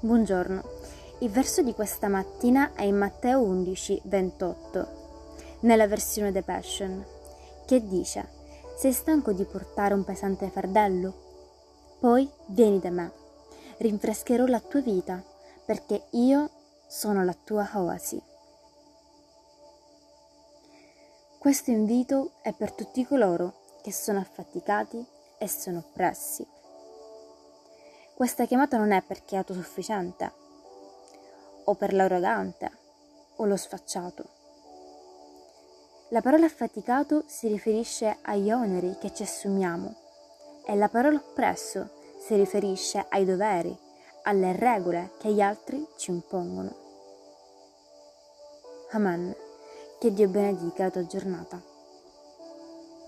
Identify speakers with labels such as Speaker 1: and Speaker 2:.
Speaker 1: Buongiorno, il verso di questa mattina è in Matteo 11:28, nella versione The Passion, che dice: sei stanco di portare un pesante fardello? Poi vieni da me, rinfrescherò la tua vita, perché io sono la tua oasi. Questo invito è per tutti coloro che sono affaticati e sono oppressi. Questa chiamata non è per chi è autosufficiente, o per l'arrogante, o lo sfacciato. La parola affaticato si riferisce agli oneri che ci assumiamo e la parola oppresso si riferisce ai doveri, alle regole che gli altri ci impongono. Amen. Che Dio benedica la tua giornata.